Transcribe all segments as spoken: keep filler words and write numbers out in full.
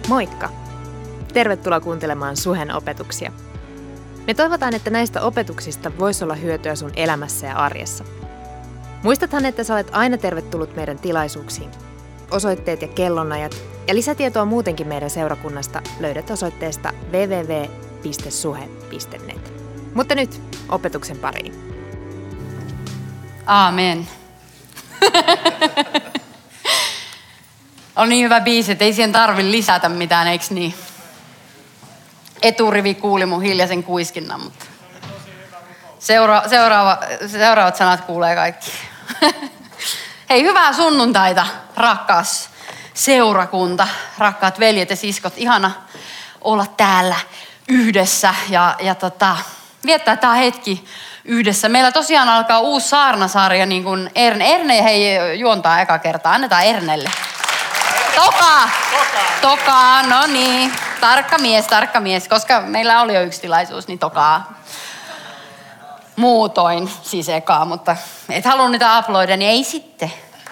Moikka! Tervetuloa kuuntelemaan Suhen opetuksia. Me toivotaan, että näistä opetuksista voisi olla hyötyä sun elämässä ja arjessa. Muistathan, että sä olet aina tervetullut meidän tilaisuuksiin. Osoitteet ja kellonajat ja lisätietoa muutenkin meidän seurakunnasta löydät osoitteesta double-u double-u double-u piste suhe piste net. Mutta nyt opetuksen pariin. Aamen. On niin hyvä biisi, että ei siihen tarvitse lisätä mitään, eikö niin? Eturivi kuuli mun hiljaisen kuiskinnan, mutta seura- seuraava, seuraavat sanat kuulee kaikki. Hei, hyvää sunnuntaita, rakkaas seurakunta, rakkaat veljet ja siskot. Ihana olla täällä yhdessä ja, ja tota, viettää tämä hetki yhdessä. Meillä tosiaan alkaa uusi saarnasarja, niin kuin Erne. Erne hei juontaa eka kertaa. Annetaan Ernelle. Toka! Toka, no niin. Tarkka mies, tarkka mies. Koska meillä oli jo yksi tilaisuus, niin tokaa. Muutoin, siis ekaa, mutta et halua niitä uploada, niin ei sitten.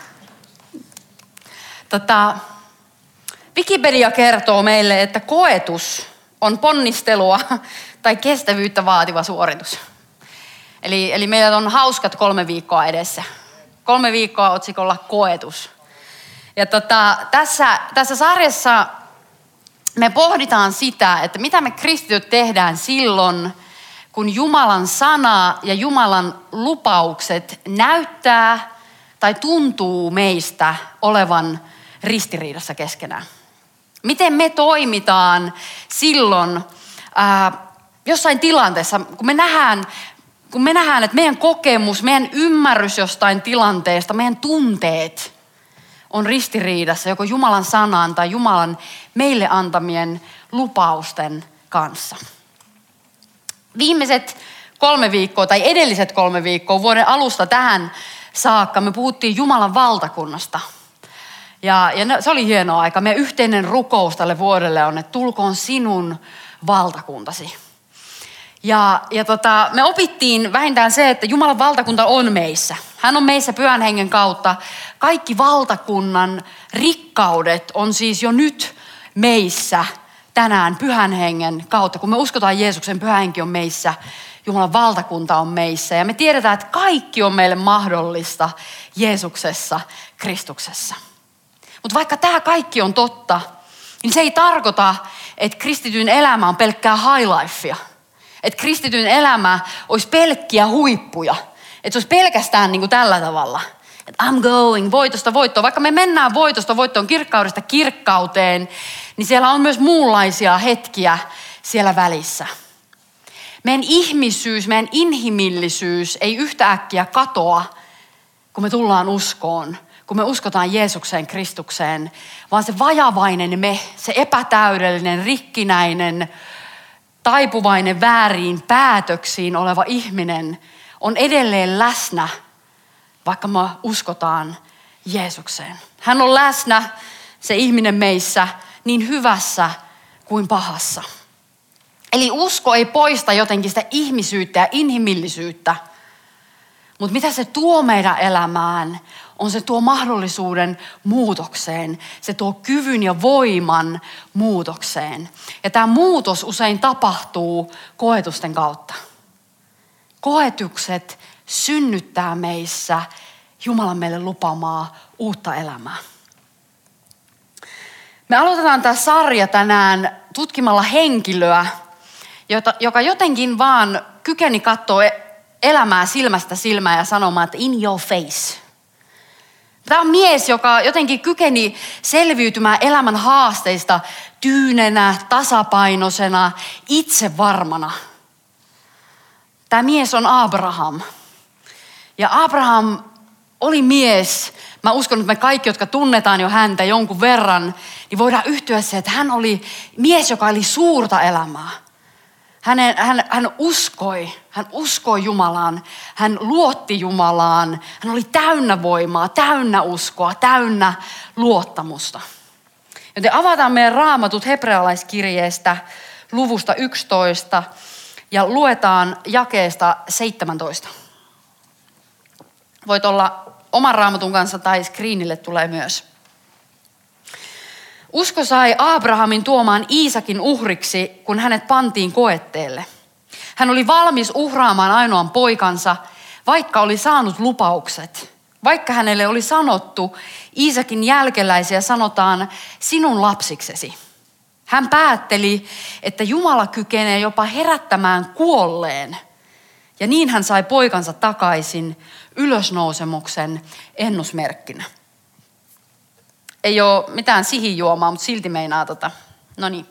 Tota, Wikipedia kertoo meille, että koetus on ponnistelua tai kestävyyttä vaativa suoritus. Eli, eli meillä on hauskat kolme viikkoa edessä. Kolme viikkoa otsikolla koetus. Ja tota, tässä, tässä sarjassa me pohditaan sitä, että mitä me kristityt tehdään silloin, kun Jumalan sana ja Jumalan lupaukset näyttää tai tuntuu meistä olevan ristiriidassa keskenään. Miten me toimitaan silloin ää, jossain tilanteessa, kun me nähdään, kun me nähdään, että meidän kokemus, meidän ymmärrys jostain tilanteesta, meidän tunteet on ristiriidassa joko Jumalan sanan tai Jumalan meille antamien lupausten kanssa. Viimeiset kolme viikkoa tai edelliset kolme viikkoa vuoden alusta tähän saakka me puhuttiin Jumalan valtakunnasta. Ja, ja se oli hieno aika. Meidän yhteinen rukous tälle vuodelle on, että tulkoon sinun valtakuntasi. Ja, ja tota, me opittiin vähintään se, että Jumalan valtakunta on meissä. Hän on meissä Pyhän Hengen kautta. Kaikki valtakunnan rikkaudet on siis jo nyt meissä tänään Pyhän Hengen kautta. Kun me uskotaan Jeesuksen, Pyhä Henki on meissä, Jumalan valtakunta on meissä. Ja me tiedetään, että kaikki on meille mahdollista Jeesuksessa, Kristuksessa. Mutta vaikka tämä kaikki on totta, niin se ei tarkoita, että kristityn elämä on pelkkää high lifea. Että kristityn elämä olisi pelkkiä huippuja. Että se olisi pelkästään niin kuin tällä tavalla. Että I'm going voitosta voittoon. Vaikka me mennään voitosta voittoon, kirkkaudesta kirkkauteen, niin siellä on myös muunlaisia hetkiä siellä välissä. Meidän ihmisyys, meidän inhimillisyys ei yhtäkkiä katoa, kun me tullaan uskoon. Kun me uskotaan Jeesukseen, Kristukseen, vaan se vajavainen me, se epätäydellinen, rikkinäinen, taipuvainen vääriin päätöksiin oleva ihminen on edelleen läsnä, vaikka me uskotaan Jeesukseen. Hän on läsnä, se ihminen meissä, niin hyvässä kuin pahassa. Eli usko ei poista jotenkin sitä ihmisyyttä ja inhimillisyyttä, mutta mitä se tuo meidän elämään, on se tuo mahdollisuuden muutokseen. Se tuo kyvyn ja voiman muutokseen. Ja tämä muutos usein tapahtuu koetusten kautta. Koetukset synnyttää meissä Jumalan meille lupaamaa uutta elämää. Me aloitetaan tämä sarja tänään tutkimalla henkilöä, jota, joka jotenkin vaan kykeni katsoa elämää silmästä silmään ja sanomaan, että in your face. Tämä on mies, joka jotenkin kykeni selviytymään elämän haasteista tyynenä, tasapainoisena, itsevarmana. Tämä mies on Abraham. Ja Abraham oli mies, mä uskon, että me kaikki, jotka tunnetaan jo häntä jonkun verran, niin voidaan yhtyä se, että hän oli mies, joka eli suurta elämää. Hänen, hän, hän uskoi, hän uskoi Jumalaan, hän luotti Jumalaan, hän oli täynnä voimaa, täynnä uskoa, täynnä luottamusta. Joten avataan meidän raamatut hebrealaiskirjeestä luvusta yksitoista ja luetaan jakeesta seitsemäntoista. Voit olla oman raamatun kanssa tai screenille tulee myös. Usko sai Abrahamin tuomaan Iisakin uhriksi, kun hänet pantiin koetteelle. Hän oli valmis uhraamaan ainoan poikansa, vaikka oli saanut lupaukset. Vaikka hänelle oli sanottu, Iisakin jälkeläisiä sanotaan sinun lapsiksesi. Hän päätteli, että Jumala kykenee jopa herättämään kuolleen. Ja niin hän sai poikansa takaisin ylösnousemuksen ennusmerkkinä. Ei ole mitään sihijuomaa, mutta silti meinaa tota. No niin.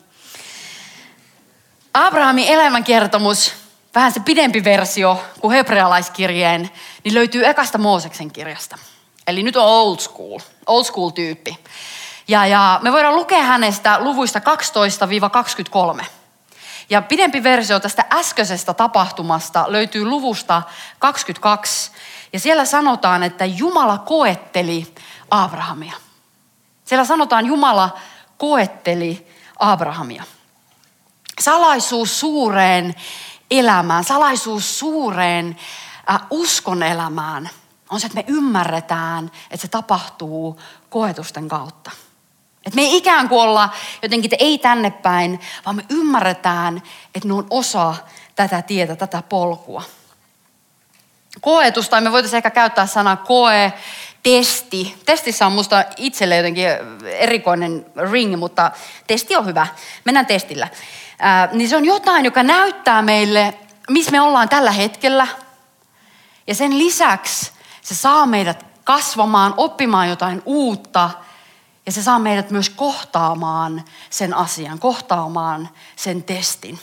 Abrahamin elämänkertomus, vähän se pidempi versio kuin hebrealaiskirjeen, niin löytyy ekasta Mooseksen kirjasta. Eli nyt on old school, old school tyyppi. Ja, ja me voidaan lukea hänestä luvuista kaksitoista kaksikymmentäkolme. Ja pidempi versio tästä äskeisestä tapahtumasta löytyy luvusta kaksikymmentäkaksi. Ja siellä sanotaan, että Jumala koetteli Abrahamia. Siellä sanotaan, Jumala koetteli Abrahamia. Salaisuus suureen elämään, salaisuus suureen äh, uskon elämään on se, että me ymmärretään, että se tapahtuu koetusten kautta. Että me ei ikään kuin olla jotenkin, että ei tänne päin, vaan me ymmärretään, että ne on osa tätä tietä, tätä polkua. Koetus, tai me voitaisiin ehkä käyttää sanaa koe, testi. Testissä on musta itselle jotenkin erikoinen ring, mutta testi on hyvä. Mennään testillä. Ää, niin se on jotain, joka näyttää meille, missä me ollaan tällä hetkellä. Ja sen lisäksi se saa meidät kasvamaan, oppimaan jotain uutta. Ja se saa meidät myös kohtaamaan sen asian, kohtaamaan sen testin.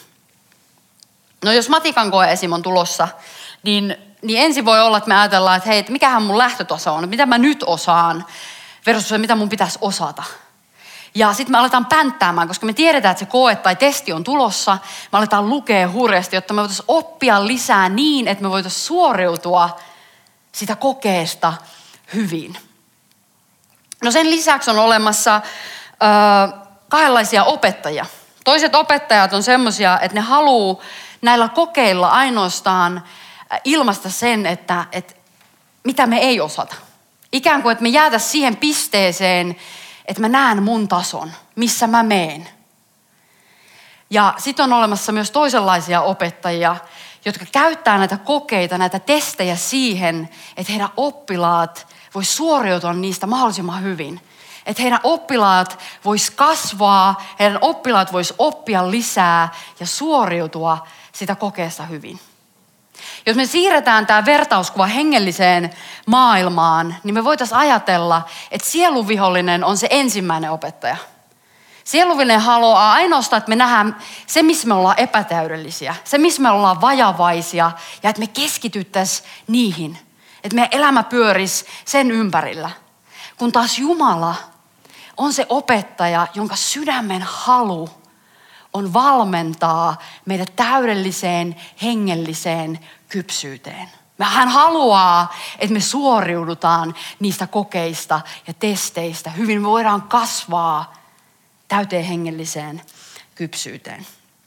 No jos matikan koe esim. On tulossa, niin, niin ensin voi olla, että me ajatellaan, että hei, että mikähän mun lähtötaso on, mitä mä nyt osaan versus mitä mun pitäisi osata. Ja sitten me aletaan pänttäämään, koska me tiedetään, että se koe tai testi on tulossa. Me aletaan lukea hurjasti, jotta me voitaisiin oppia lisää niin, että me voitaisiin suoriutua sitä kokeesta hyvin. No sen lisäksi on olemassa ö, kahdenlaisia opettajia. Toiset opettajat on semmoisia, että ne haluaa näillä kokeilla ainoastaan ilmaista sen, että, että mitä me ei osata. Ikään kuin, että me jäätäisiin siihen pisteeseen, että mä näen mun tason, missä mä meen. Ja sitten on olemassa myös toisenlaisia opettajia, jotka käyttää näitä kokeita, näitä testejä siihen, että heidän oppilaat vois suoriutua niistä mahdollisimman hyvin. Että heidän oppilaat vois kasvaa, heidän oppilaat vois oppia lisää ja suoriutua sitä kokeesta hyvin. Jos me siirretään tämä vertauskuva hengelliseen maailmaan, niin me voitaisiin ajatella, että sielunvihollinen on se ensimmäinen opettaja. Sielunvihollinen haluaa ainoastaan, että me nähdään se, missä me ollaan epätäydellisiä, se, missä me ollaan vajavaisia ja että me keskityttäisiin niihin. Että meidän elämä pyörisi sen ympärillä. Kun taas Jumala on se opettaja, jonka sydämen halu on valmentaa meidät täydelliseen hengelliseen kypsyyteen. Hän haluaa, että me suoriudutaan niistä kokeista ja testeistä. Hyvin me voidaan kasvaa täyteen hengelliseen kypsyyteen.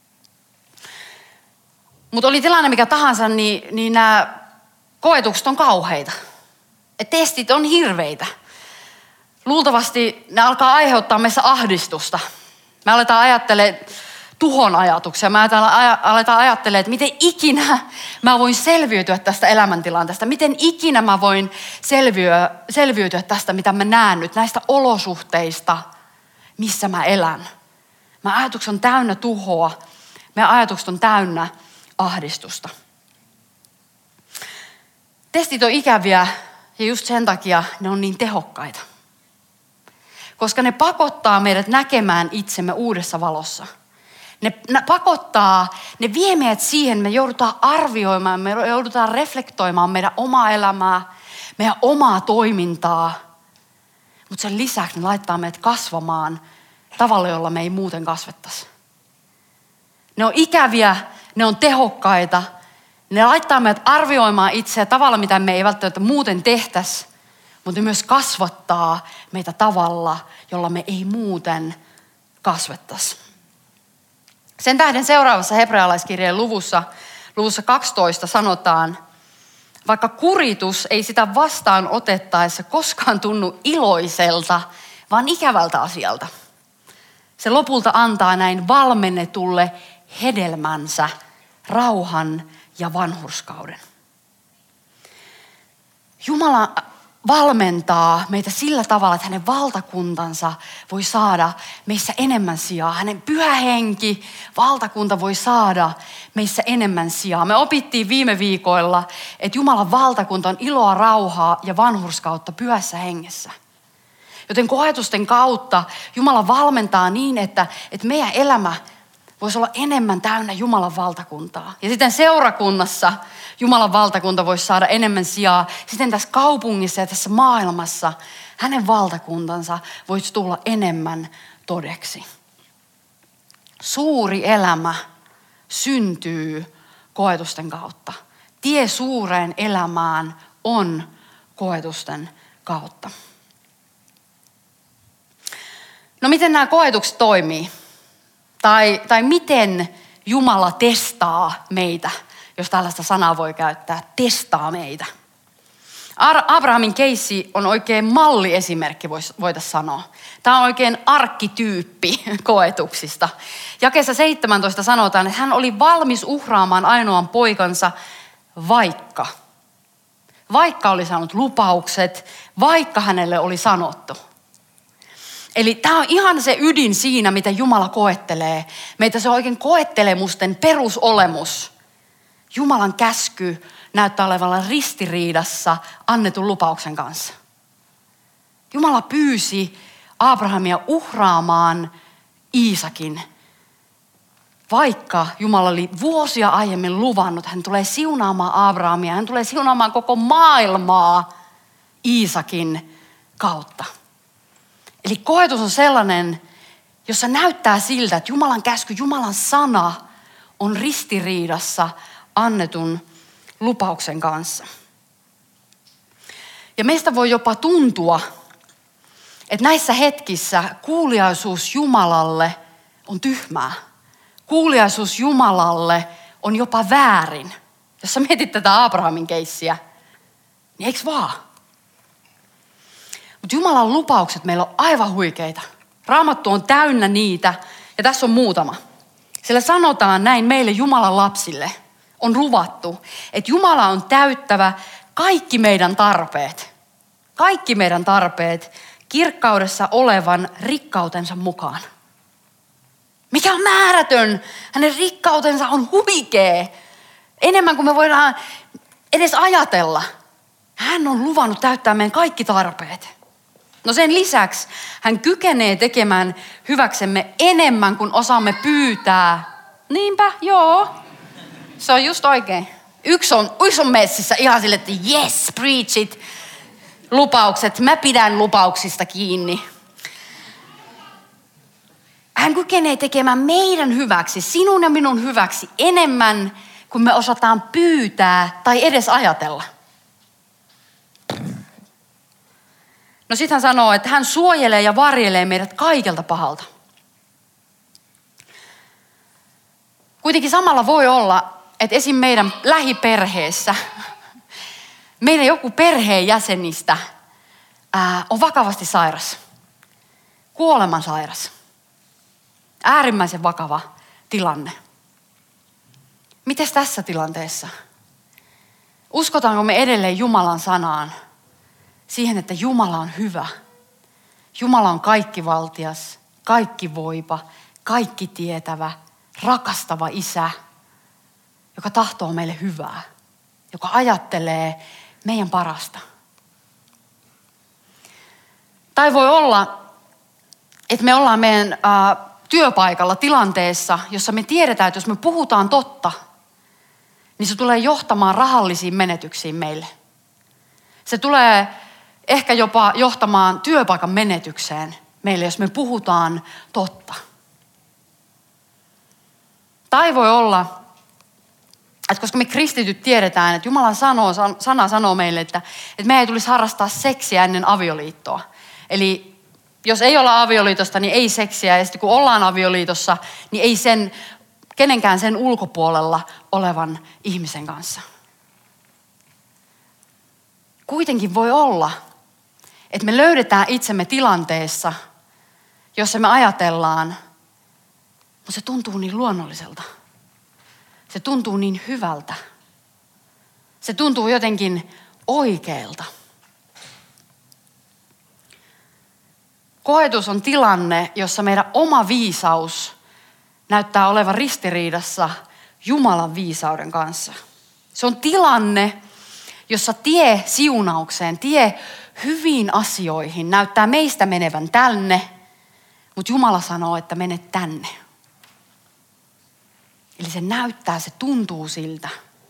Mutta oli tilanne mikä tahansa, niin, niin nämä koetukset on kauheita. Et testit on hirveitä. Luultavasti ne alkaa aiheuttaa meissä ahdistusta. Me aletaan ajattelemaan tuhon ajatuksia. Me aletaan ajattelemaan, että miten ikinä mä voin selviytyä tästä elämäntilanteesta. Miten ikinä mä voin selviö, selviytyä tästä, mitä mä näen nyt, näistä olosuhteista, missä mä elän. Mä ajatukset on täynnä tuhoa. Meidän ajatukset on täynnä ahdistusta. Testit on ikäviä ja just sen takia ne on niin tehokkaita. Koska ne pakottaa meidät näkemään itsemme uudessa valossa. Ne pakottaa, ne vie meidät siihen, me joudutaan arvioimaan, me joudutaan reflektoimaan meidän omaa elämää, meidän omaa toimintaa. Mutta sen lisäksi ne laittaa meidät kasvamaan tavalla, jolla me ei muuten kasvettaisi. Ne on ikäviä, ne on tehokkaita. Ne laittaa meidät arvioimaan itseä tavalla, mitä me ei välttämättä muuten tehtäisi, mutta ne myös kasvattaa meitä tavalla, jolla me ei muuten kasvettaisi. Sen tähden seuraavassa hebrealaiskirjeen luvussa, luvussa kaksitoista sanotaan, vaikka kuritus ei sitä vastaan otettaessa koskaan tunnu iloiselta, vaan ikävältä asialta. se lopulta antaa näin valmennetulle hedelmänsä, rauhan ja vanhurskauden. Jumala valmentaa meitä sillä tavalla, että hänen valtakuntansa voi saada meissä enemmän sijaa. Hänen pyhä henki, valtakunta voi saada meissä enemmän sijaa. Me opittiin viime viikoilla, että Jumalan valtakunta on iloa, rauhaa ja vanhurskautta pyhässä hengessä. Joten koetusten kautta Jumala valmentaa niin, että, että meidän elämä voisi olla enemmän täynnä Jumalan valtakuntaa. Ja sitten seurakunnassa Jumalan valtakunta voisi saada enemmän sijaa. Sitten tässä kaupungissa ja tässä maailmassa hänen valtakuntansa voisi tulla enemmän todeksi. Suuri elämä syntyy koetusten kautta. Tie suureen elämään on koetusten kautta. No miten nämä koetukset toimii? Tai, tai miten Jumala testaa meitä, jos tällaista sanaa voi käyttää, testaa meitä. Abrahamin keissi on oikein malliesimerkki, voitaisiin sanoa. Tämä on oikein arkkityyppi koetuksista. Jakeessa seitsemäntoista sanotaan, että hän oli valmis uhraamaan ainoan poikansa, vaikka. Vaikka oli saanut lupaukset, vaikka hänelle oli sanottu. Eli tämä on ihan se ydin siinä, mitä Jumala koettelee. Meitä se on oikein koettelemusten perusolemus. Jumalan käsky näyttää olevan ristiriidassa annetun lupauksen kanssa. Jumala pyysi Abrahamia uhraamaan Iisakin, vaikka Jumala oli vuosia aiemmin luvannut, hän tulee siunaamaan Abrahamia, hän tulee siunaamaan koko maailmaa Iisakin kautta. Eli koetus on sellainen, jossa näyttää siltä, että Jumalan käsky, Jumalan sana on ristiriidassa annetun lupauksen kanssa. Ja meistä voi jopa tuntua, että näissä hetkissä kuuliaisuus Jumalalle on tyhmää. Kuuliaisuus Jumalalle on jopa väärin. Jos sä mietit tätä Abrahamin keissiä, niin eiks vaan? Mutta Jumalan lupaukset meillä on aivan huikeita. Raamattu on täynnä niitä ja tässä on muutama. Sillä sanotaan näin meille Jumalan lapsille. On luvattu, että Jumala on täyttävä kaikki meidän tarpeet. Kaikki meidän tarpeet kirkkaudessa olevan rikkautensa mukaan. Mikä on määrätön. Hänen rikkautensa on huikea. Enemmän kuin me voidaan edes ajatella. Hän on luvannut täyttää meidän kaikki tarpeet. No sen lisäksi hän kykenee tekemään hyväksemme enemmän kuin osaamme pyytää. Niinpä, joo. Se on just oikein. Yksi on, yksi on messissä ihan sille, että yes, preach it. Lupaukset, mä pidän lupauksista kiinni. Hän kykenee tekemään meidän hyväksi, sinun ja minun hyväksi enemmän kuin me osataan pyytää tai edes ajatella. No sit hän sanoo, että hän suojelee ja varjelee meidät kaikelta pahalta. Kuitenkin samalla voi olla, että esim. Meidän lähiperheessä, meidän joku perheenjäsenistä ää, on vakavasti sairas, kuolemansairas, äärimmäisen vakava tilanne. Mites tässä tilanteessa? Uskotaanko me edelleen Jumalan sanaan? Siihen, että Jumala on hyvä. Jumala on kaikkivaltias, kaikkivoipa, kaikki tietävä, rakastava isä, joka tahtoo meille hyvää, joka ajattelee meidän parasta. Tai voi olla, että me ollaan meidän äh, työpaikalla tilanteessa, jossa me tiedetään, että jos me puhutaan totta, niin se tulee johtamaan rahallisiin menetyksiin meille. Se tulee ehkä jopa johtamaan työpaikan menetykseen meille, jos me puhutaan totta. Tai voi olla, että koska me kristityt tiedetään, että Jumalan sanoo, sana sanoo meille, että, että meidän ei tulisi harrastaa seksiä ennen avioliittoa. Eli jos ei olla avioliitosta, niin ei seksiä. Ja sitten kun ollaan avioliitossa, niin ei sen, kenenkään sen ulkopuolella olevan ihmisen kanssa. Kuitenkin voi olla, että me löydetään itsemme tilanteessa, jossa me ajatellaan, Mutta se tuntuu niin luonnolliselta. Se tuntuu niin hyvältä. Se tuntuu jotenkin oikealta. Koetus on tilanne, jossa meidän oma viisaus näyttää olevan ristiriidassa Jumalan viisauden kanssa. Se on tilanne, jossa tie siunaukseen, tie hyviin asioihin näyttää meistä menevän tänne, mutta Jumala sanoo, että mene tänne. Eli se näyttää, se tuntuu siltä,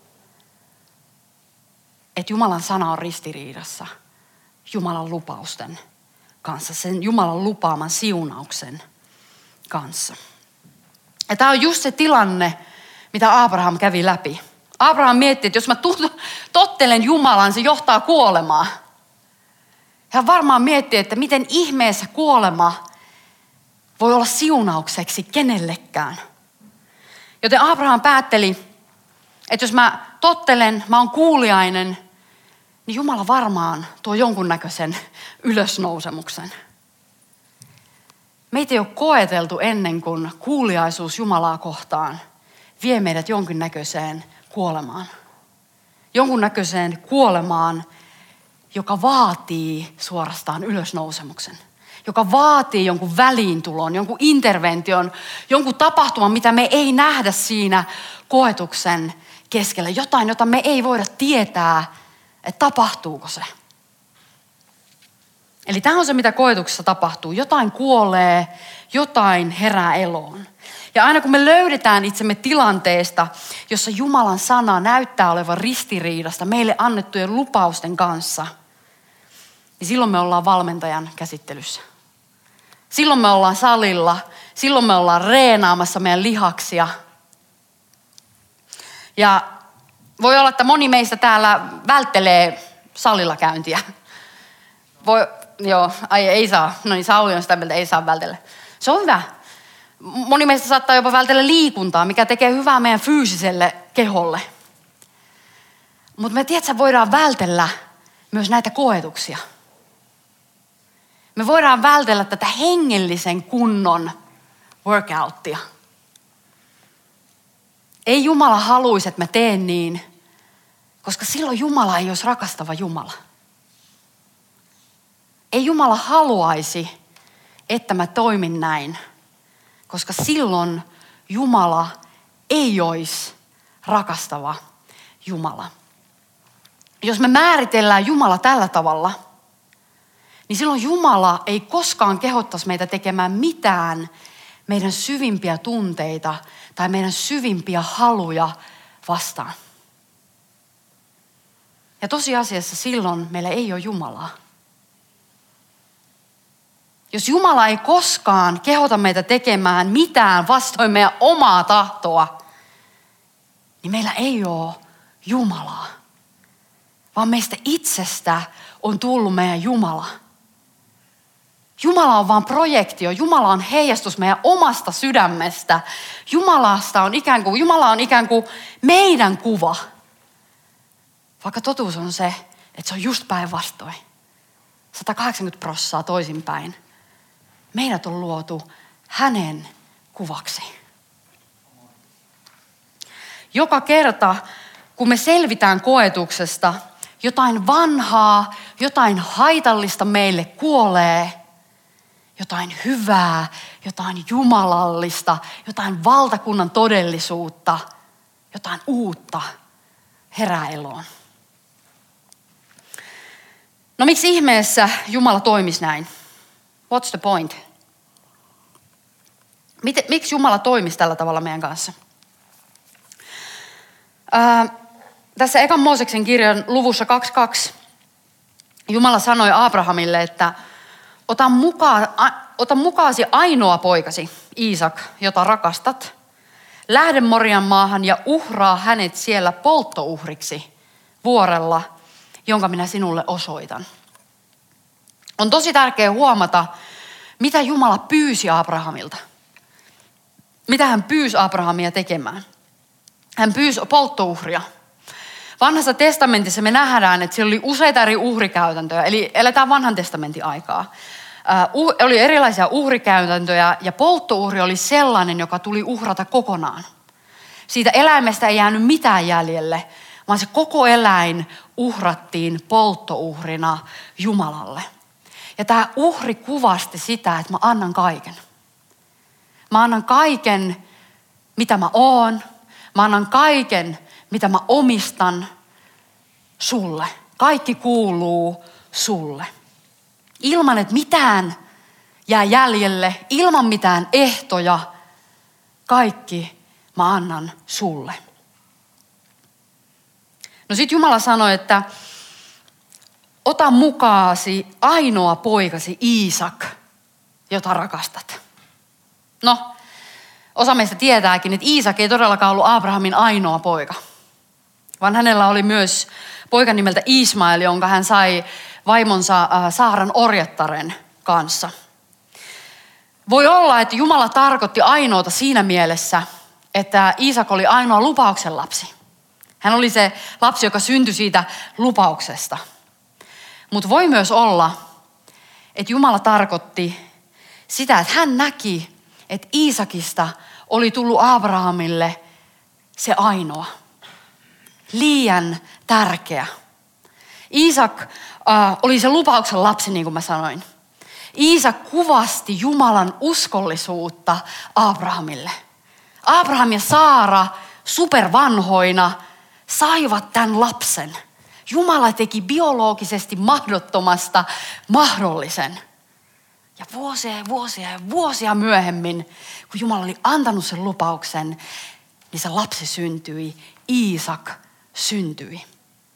että Jumalan sana on ristiriidassa Jumalan lupausten kanssa, sen Jumalan lupaaman siunauksen kanssa. Ja tämä on just se tilanne, mitä Abraham kävi läpi. Abraham mietti, että jos mä tottelen Jumalan, se johtaa kuolemaan. Hän varmaan miettii, että miten ihmeessä kuolema voi olla siunaukseksi kenellekään. Joten Abraham päätteli, että jos mä tottelen, mä oon kuuliainen, niin Jumala varmaan tuo jonkunnäköisen ylösnousemuksen. Meitä ei ole koeteltu ennen kuin kuuliaisuus Jumalaa kohtaan vie meidät jonkinnäköiseen kuolemaan. Jonkunnäköiseen kuolemaan, joka vaatii suorastaan ylösnousemuksen. Joka vaatii jonkun väliintulon, jonkun intervention, jonkun tapahtuman, mitä me ei nähdä siinä koetuksen keskellä. Jotain, jota me ei voida tietää, että tapahtuuko se. Eli tämä on se, mitä koetuksessa tapahtuu. Jotain kuolee, jotain herää eloon. Ja aina kun me löydetään itsemme tilanteesta, jossa Jumalan sana näyttää olevan ristiriidasta meille annettujen lupausten kanssa, niin silloin me ollaan valmentajan käsittelyssä. Silloin me ollaan salilla, silloin me ollaan reenaamassa meidän lihaksia. Ja voi olla, että moni meistä täällä välttelee salilla käyntiä. Voi, joo, ai ei saa. No niin, Sauli on sitä mieltä, ei saa vältellä. Se on hyvä. Moni meistä saattaa jopa vältellä liikuntaa, mikä tekee hyvää meidän fyysiselle keholle. Mutta me tiedätkö, voidaan vältellä myös näitä koetuksia. Me voidaan vältellä tätä hengellisen kunnon workouttia. Ei Jumala haluisi, että mä teen niin, koska silloin Jumala ei olisi rakastava Jumala. Ei Jumala haluaisi, että mä toimin näin, koska silloin Jumala ei olisi rakastava Jumala. Jos me määritellään Jumala tällä tavalla, niin silloin Jumala ei koskaan kehottaisi meitä tekemään mitään meidän syvimpiä tunteita tai meidän syvimpiä haluja vastaan. Ja tosiasiassa silloin meillä ei ole Jumalaa. Jos Jumala ei koskaan kehota meitä tekemään mitään vastoin meidän omaa tahtoa, niin meillä ei ole Jumalaa. Vaan meistä itsestä on tullut meidän Jumala. Jumala on vaan projektio. Jumala on heijastus meidän omasta sydämestä. Jumalasta on ikään kuin, Jumala on ikään kuin meidän kuva. Vaikka totuus on se, että se on just päinvastoin. sata kahdeksankymmentä prosenttia toisinpäin. Meidät on luotu hänen kuvaksi. Joka kerta, kun me selvitään koetuksesta, jotain vanhaa, jotain haitallista meille kuolee, jotain hyvää, jotain jumalallista, jotain valtakunnan todellisuutta, jotain uutta herää eloon. No miksi ihmeessä Jumala toimisi näin? What's the point? Miten, miksi Jumala toimisi tällä tavalla meidän kanssa? Ää, tässä ekan Mooseksen kirjan luvussa kaksikymmentäkaksi Jumala sanoi Abrahamille, että ota, mukaan, ota mukaasi ainoa poikasi, Iisak, jota rakastat. Lähde Morian maahan ja uhraa hänet siellä polttouhriksi vuorella, jonka minä sinulle osoitan. On tosi tärkeää huomata, mitä Jumala pyysi Abrahamilta. Mitä hän pyysi Abrahamia tekemään. Hän pyysi polttouhria. Vanhassa testamentissa me nähdään, että siellä oli useita eri uhrikäytäntöjä, eli eletään vanhan testamentin aikaa. Oli erilaisia uhrikäytäntöjä ja polttouhri oli sellainen, joka tuli uhrata kokonaan. Siitä eläimestä ei jäänyt mitään jäljelle, vaan se koko eläin uhrattiin polttouhrina Jumalalle. Ja tämä uhri kuvasti sitä, että mä annan kaiken. Mä annan kaiken, mitä mä oon. Mä annan kaiken, mitä mä omistan sulle. Kaikki kuuluu sulle. Ilman, että mitään jää jäljelle, ilman mitään ehtoja, kaikki mä annan sulle. No sit Jumala sanoi, että ota mukaasi ainoa poikasi Iisak, jota rakastat. No, osa meistä tietääkin, että Iisak ei todellakaan ollut Abrahamin ainoa poika, vaan hänellä oli myös poika nimeltä Ismael, jonka hän sai vaimonsa Saaran orjattaren kanssa. Voi olla, että Jumala tarkoitti ainoata siinä mielessä, että Iisak oli ainoa lupauksen lapsi. Hän oli se lapsi, joka syntyi siitä lupauksesta. Mutta voi myös olla, että Jumala tarkoitti sitä, että hän näki, että Iisakista oli tullut Abrahamille se ainoa. Liian tärkeä. Iisak äh, oli se lupauksen lapsi, niin kuin mä sanoin. Iisak kuvasti Jumalan uskollisuutta Abrahamille. Abraham ja Saara supervanhoina saivat tämän lapsen. Jumala teki biologisesti mahdottomasta mahdollisen. Ja vuosia ja vuosia ja vuosia myöhemmin, kun Jumala oli antanut sen lupauksen, niin se lapsi syntyi. Iisak syntyi.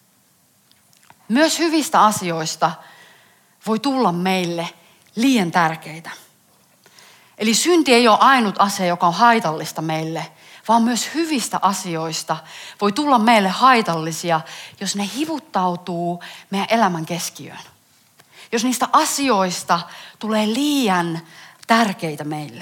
Myös hyvistä asioista voi tulla meille liian tärkeitä. Eli synti ei ole ainut asia, joka on haitallista meille, vaan myös hyvistä asioista voi tulla meille haitallisia, jos ne hivuttautuu meidän elämän keskiöön. Jos niistä asioista tulee liian tärkeitä meille.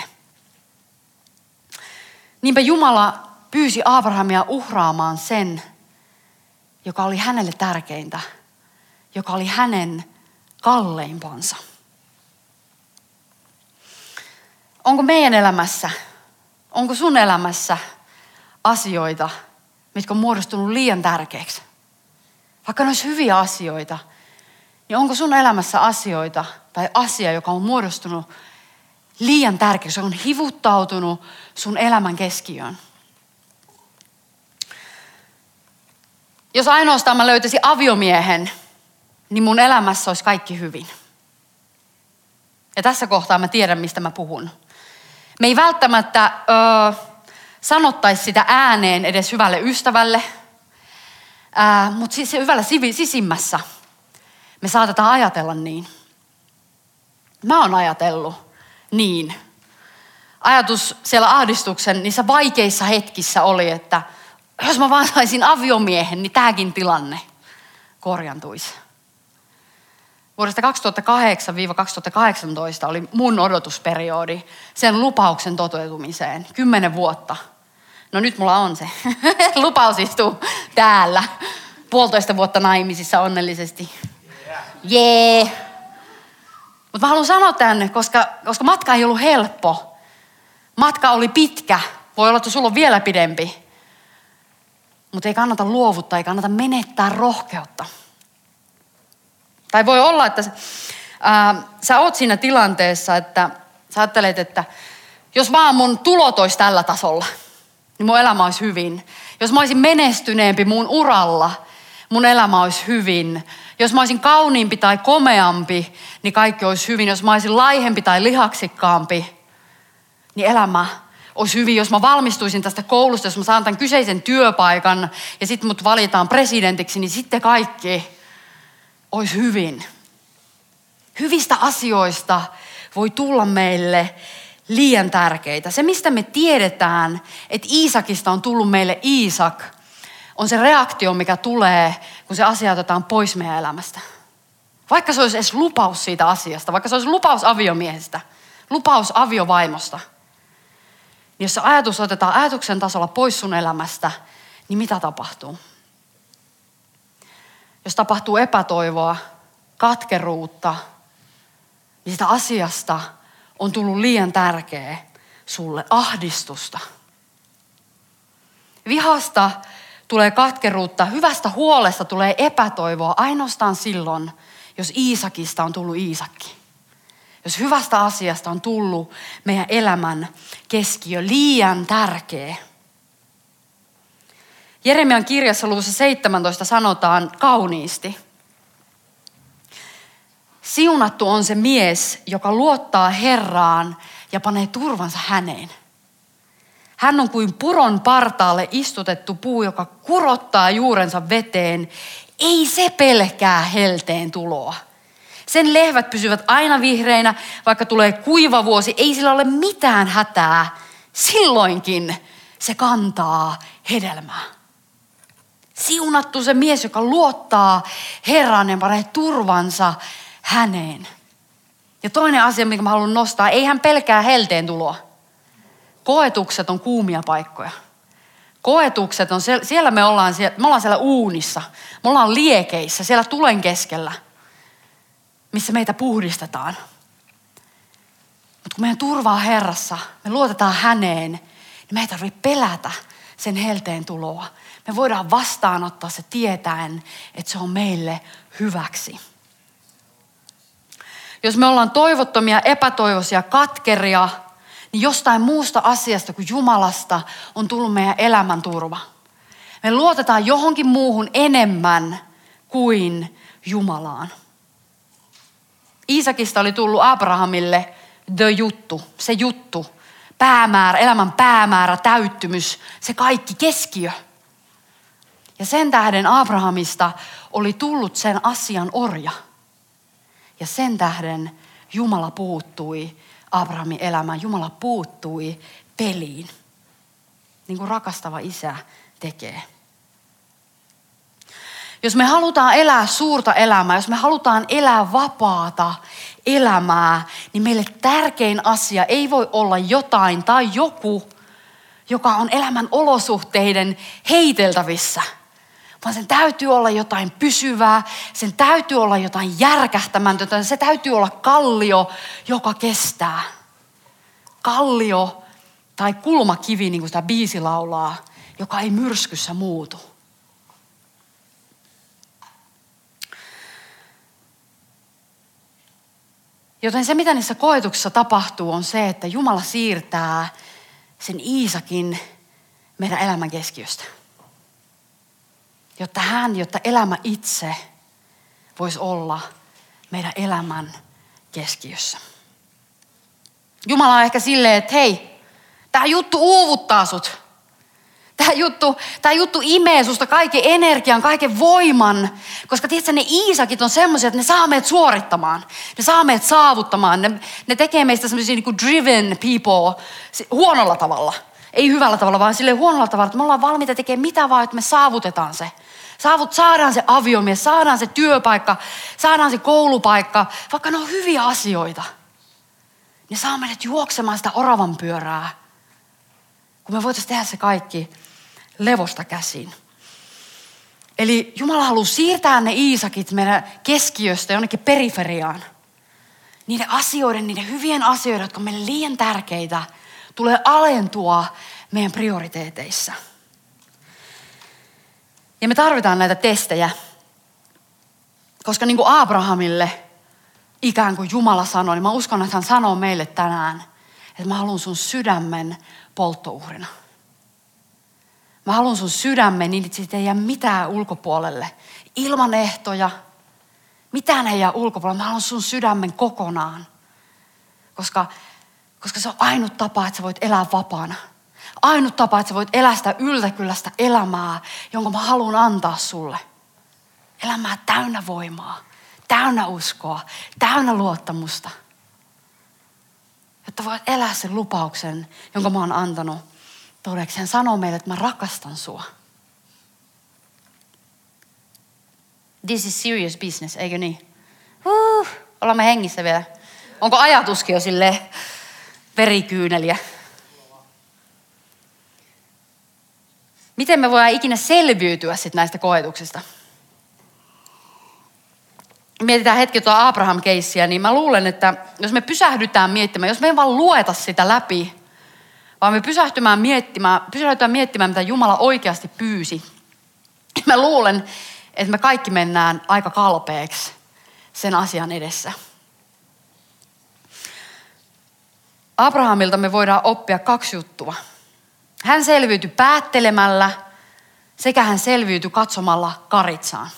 Niinpä Jumala pyysi Abrahamia uhraamaan sen, joka oli hänelle tärkeintä, joka oli hänen kalleimpansa. Onko meidän elämässä, onko sun elämässä asioita, mitkä on muodostunut liian tärkeiksi? Vaikka ne olisi hyviä asioita, niin onko sun elämässä asioita tai asia, joka on muodostunut liian tärkeäksi, joka on hivuttautunut sun elämän keskiöön? Jos ainoastaan mä löytäisin aviomiehen, niin mun elämässä olisi kaikki hyvin. Ja tässä kohtaa mä tiedän, mistä mä puhun. Me ei välttämättä ö, sanottaisi sitä ääneen edes hyvälle ystävälle, ää, mutta siis se hyvällä sisimmässä me saatetaan ajatella niin. Mä oon ajatellut niin. Ajatus siellä ahdistuksen niissä vaikeissa hetkissä oli, että jos mä vaan saisin aviomiehen, niin tääkin tilanne korjantuisi. Vuodesta kaksituhattakahdeksan kaksituhattakahdeksantoista oli mun odotusperiodi sen lupauksen toteutumiseen. Kymmenen vuotta. No nyt mulla on se. Lupaus istuu täällä. Puolitoista vuotta naimisissa onnellisesti. Jee. Yeah. Mutta mä haluan sanoa tänne, koska, koska matka ei ollut helppo. Matka oli pitkä. Voi olla, että sulla on vielä pidempi. Mutta ei kannata luovuttaa, ei kannata menettää rohkeutta. Tai voi olla, että ää, sä oot siinä tilanteessa, että sä ajattelet, että jos vaan mun tulot olisi tällä tasolla, niin mun elämä olisi hyvin. Jos mä olisin menestyneempi mun uralla, mun elämä olisi hyvin. Jos mä olisin kauniimpi tai komeampi, niin kaikki olisi hyvin. Jos mä olisin laihempi tai lihaksikkaampi, niin elämä olisi hyvin. Jos mä valmistuisin tästä koulusta, jos mä saan tämän kyseisen työpaikan ja sitten mut valitaan presidentiksi, niin sitten kaikki olisi hyvin. Hyvistä asioista voi tulla meille liian tärkeitä. Se, mistä me tiedetään, että Iisakista on tullut meille Iisak, on se reaktio, mikä tulee, kun se asia otetaan pois meidän elämästä. Vaikka se olisi edes lupaus siitä asiasta, vaikka se olisi lupaus aviomiehestä, lupaus aviovaimosta, niin jos se ajatus otetaan ajatuksen tasolla pois sun elämästä, niin mitä tapahtuu? Jos tapahtuu epätoivoa, katkeruutta, niin sitä asiasta on tullut liian tärkeä sulle, ahdistusta. Vihasta tulee katkeruutta, hyvästä huolesta tulee epätoivoa ainoastaan silloin, jos Iisakista on tullut Iisakki. Jos hyvästä asiasta on tullut meidän elämän keskiö, liian tärkeä. Jeremian kirjassa luvussa seitsemäntoista sanotaan kauniisti. Siunattu on se mies, joka luottaa Herraan ja panee turvansa häneen. Hän on kuin puron partaalle istutettu puu, joka kurottaa juurensa veteen. Ei se pelkää helteen tuloa. Sen lehvät pysyvät aina vihreinä, vaikka tulee kuiva vuosi. Ei sillä ole mitään hätää. Silloinkin se kantaa hedelmää. Siunattu se mies, joka luottaa Herraan ja panee turvansa häneen. Ja toinen asia, mikä mä haluan nostaa, ei hän pelkää helteen tuloa. Koetukset on kuumia paikkoja. Koetukset on, siellä me ollaan, me ollaan siellä uunissa. Me ollaan liekeissä, siellä tulen keskellä, missä meitä puhdistetaan. Mutta kun meidän turva on Herrassa, me luotetaan häneen, niin me ei tarvitse pelätä sen helteen tuloa. Me voidaan vastaanottaa se tietäen, että se on meille hyväksi. Jos me ollaan toivottomia, epätoivoisia, katkeria, niin jostain muusta asiasta kuin Jumalasta on tullut meidän elämän turva. Me luotetaan johonkin muuhun enemmän kuin Jumalaan. Iisakista oli tullut Abrahamille the juttu, se juttu, päämäärä, elämän päämäärä, täyttymys, se kaikki keskiö. Ja sen tähden Abrahamista oli tullut sen asian orja. Ja sen tähden Jumala puuttui Abrahamin elämään. Jumala puuttui peliin, niin kuin rakastava isä tekee. Jos me halutaan elää suurta elämää, jos me halutaan elää vapaata elämää, niin meille tärkein asia ei voi olla jotain tai joku, joka on elämän olosuhteiden heiteltävissä. Vaan sen täytyy olla jotain pysyvää, sen täytyy olla jotain järkähtämätöntä, se täytyy olla kallio, joka kestää. Kallio tai kulmakivi, niin kuin sitä biisi laulaa, joka ei myrskyssä muutu. Joten se, mitä niissä koetuksissa tapahtuu, on se, että Jumala siirtää sen Iisakin meidän elämän keskiöstä. Jotta hän, jotta elämä itse voisi olla meidän elämän keskiössä. Jumala on ehkä silleen, että hei, tämä juttu uuvuttaa sut. Tämä juttu, tämä juttu imee susta kaiken energian, kaiken voiman. Koska tiedätkö, ne Iisakit on semmoisia, että ne saa meidät suorittamaan. Ne saa meidät saavuttamaan. Ne, ne tekee meistä semmoisia niin kuin driven people huonolla tavalla. Ei hyvällä tavalla, vaan silleen huonolla tavalla, että me ollaan valmiita tekemään mitä vaan, että me saavutetaan se. Saavut, saadaan se aviomies, saadaan se työpaikka, saadaan se koulupaikka, vaikka ne on hyviä asioita. Ne saa meidät juoksemaan sitä oravan pyörää, kun me voitaisiin tehdä se kaikki levosta käsin. Eli Jumala haluaa siirtää ne Iisakit meidän keskiöstä jonnekin periferiaan. Niiden asioiden, niiden hyvien asioiden, jotka on meille liian tärkeitä, tulee alentua meidän prioriteeteissa. Ja me tarvitaan näitä testejä, koska niin kuin Abrahamille ikään kuin Jumala sanoi, niin mä uskon, että hän sanoo meille tänään, että mä haluan sun sydämen polttouhrina. Mä haluan sun sydämen, niin että siitä ei jää mitään ulkopuolelle. Ilman ehtoja, mitään ei jää ulkopuolelle. Mä haluan sun sydämen kokonaan, koska, koska se on ainut tapa, että sä voit elää vapaana. Ainut tapa, että sä voit elää sitä yltäkylläistä elämää, jonka mä haluan antaa sulle. Elämää täynnä voimaa, täynnä uskoa, täynnä luottamusta. Jotta voit elää sen lupauksen, jonka mä oon antanut todeksi. Hän sanoo meille, että mä rakastan sua. This is serious business, eikö niin? Uh, ollaan me hengissä vielä. Onko ajatuskin jo silleen verikyyneliä? Miten me voidaan ikinä selviytyä sit näistä koetuksista? mietitään hetki tuota Abraham-keissiä, niin mä luulen, että jos me pysähdytään miettimään, jos me ei vaan lueta sitä läpi, vaan me pysähtymään miettimään, pysähdytään miettimään, mitä Jumala oikeasti pyysi, mä luulen, että me kaikki mennään aika kalpeeksi sen asian edessä. Abrahamilta me voidaan oppia kaksi juttua. Hän selviytyi päättelemällä sekä hän selviytyi katsomalla karitsaan.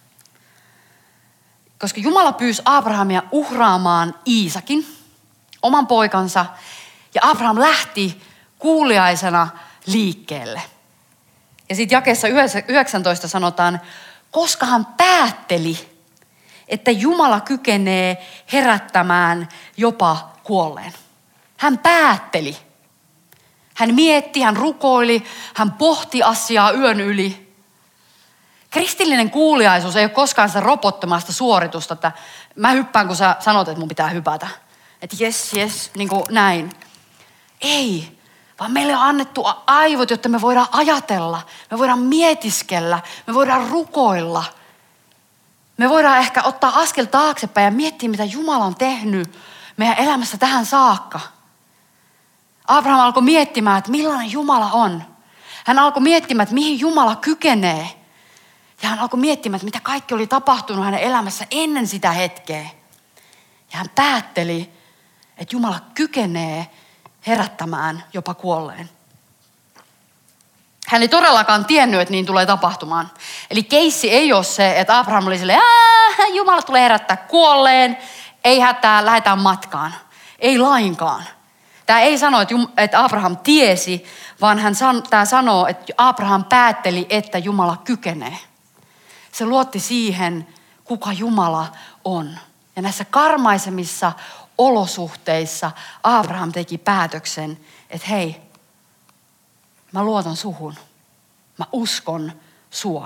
Koska Jumala pyysi Abrahamia uhraamaan Iisakin, oman poikansa, ja Abraham lähti kuuliaisena liikkeelle. Ja sitten jakeessa yhdeksäntoista sanotaan, koska hän päätteli, että Jumala kykenee herättämään jopa kuolleen. Hän päätteli. Hän mietti, hän rukoili, hän pohti asiaa yön yli. Kristillinen kuuliaisuus ei ole koskaan sitä robottomasta suoritusta, että mä hyppään, kun sä sanot, että mun pitää hypätä. Että jes, jes, niin kuin näin. Ei, vaan meille on annettu aivot, jotta me voidaan ajatella, me voidaan mietiskellä, me voidaan rukoilla. Me voidaan ehkä ottaa askel taaksepäin ja miettiä, mitä Jumala on tehnyt meidän elämässä tähän saakka. Abraham alkoi miettimään, että millainen Jumala on. Hän alkoi miettimään, että mihin Jumala kykenee. Ja hän alkoi miettimään, että mitä kaikki oli tapahtunut hänen elämässä ennen sitä hetkeä. Ja hän päätteli, että Jumala kykenee herättämään jopa kuolleen. Hän ei todellakaan tiennyt, että niin tulee tapahtumaan. Eli keissi ei ole se, että Abraham oli silleen, aah, Jumala tulee herättää kuolleen, ei hätää, lähdetään matkaan. Ei lainkaan. Tämä ei sano, että Abraham tiesi, vaan hän san, tämä sanoo, että Abraham päätteli, että Jumala kykenee. Se luotti siihen, kuka Jumala on. Ja näissä karmaisemissa olosuhteissa Abraham teki päätöksen, että hei, mä luotan suhun. Mä uskon sua.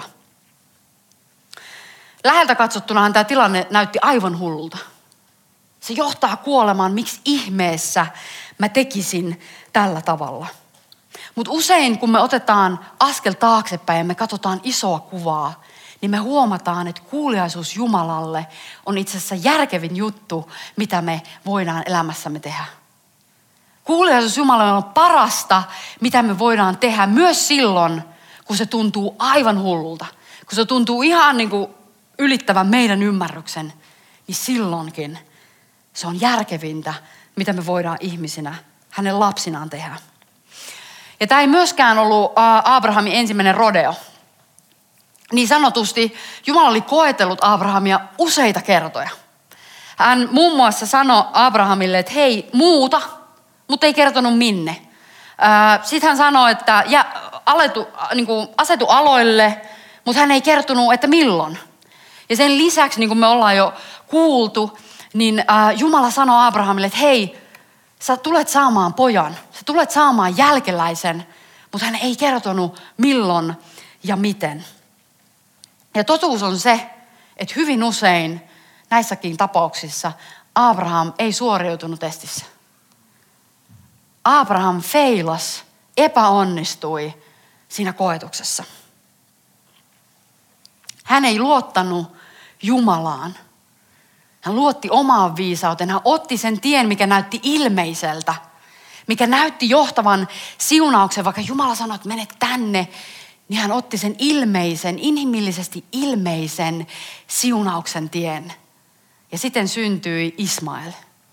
Läheltä katsottunahan tämä tilanne näytti aivan hullulta. Se johtaa kuolemaan, miksi ihmeessä mä tekisin tällä tavalla. Mutta usein kun me otetaan askel taaksepäin ja me katsotaan isoa kuvaa, niin me huomataan, että kuuliaisuus Jumalalle on itse asiassa järkevin juttu, mitä me voidaan elämässämme tehdä. Kuuliaisuus Jumalalle on parasta, mitä me voidaan tehdä myös silloin, kun se tuntuu aivan hullulta. Kun se tuntuu ihan niin kuin ylittävän meidän ymmärryksen, niin silloinkin se on järkevintä, mitä me voidaan ihmisinä, hänen lapsinaan tehdä. Ja tämä ei myöskään ollut Abrahamin ensimmäinen rodeo. Niin sanotusti Jumala oli koetellut Abrahamia useita kertoja. Hän muun muassa sanoi Abrahamille, että hei, muuta, mutta ei kertonut minne. Sitten hän sanoi, että ja, aletu, niin kuin, asetu aloille, mutta hän ei kertonut, että milloin. Ja sen lisäksi, niin kuin me ollaan jo kuultu, niin Jumala sanoi Abrahamille, että hei, sä tulet saamaan pojan, sä tulet saamaan jälkeläisen, mutta hän ei kertonut milloin ja miten. Ja totuus on se, että hyvin usein näissäkin tapauksissa Abraham ei suoriutunut testissä. Abraham feilas, epäonnistui siinä koetuksessa. Hän ei luottanut Jumalaan. Hän luotti omaan viisauteen. Hän otti sen tien, mikä näytti ilmeiseltä, mikä näytti johtavan siunauksen. Vaikka Jumala sanoi, että mene tänne, niin hän otti sen ilmeisen, inhimillisesti ilmeisen siunauksen tien. Ja sitten syntyi Ismael.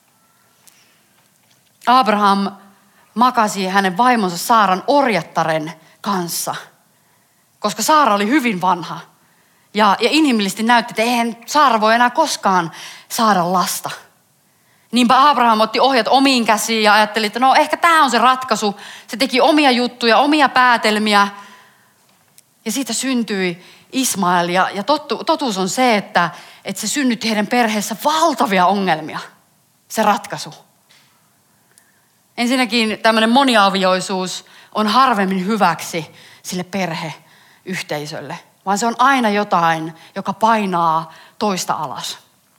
Abraham makasi hänen vaimonsa Saaran orjattaren kanssa, koska Saara oli hyvin vanha. Ja, ja inhimillisesti näytti, että eihän Saara voi enää koskaan saada lasta. Niinpä Abraham otti ohjat omiin käsiin ja ajatteli, että no ehkä tämä on se ratkaisu. Se teki omia juttuja, omia päätelmiä. Ja siitä syntyi Ismael. Ja, ja totu, totuus on se, että, että se synnytti heidän perheessä valtavia ongelmia, se ratkaisu. Ensinnäkin tämmöinen moniavioisuus on harvemmin hyväksi sille perheyhteisölle, vaan se on aina jotain, joka painaa toista alas.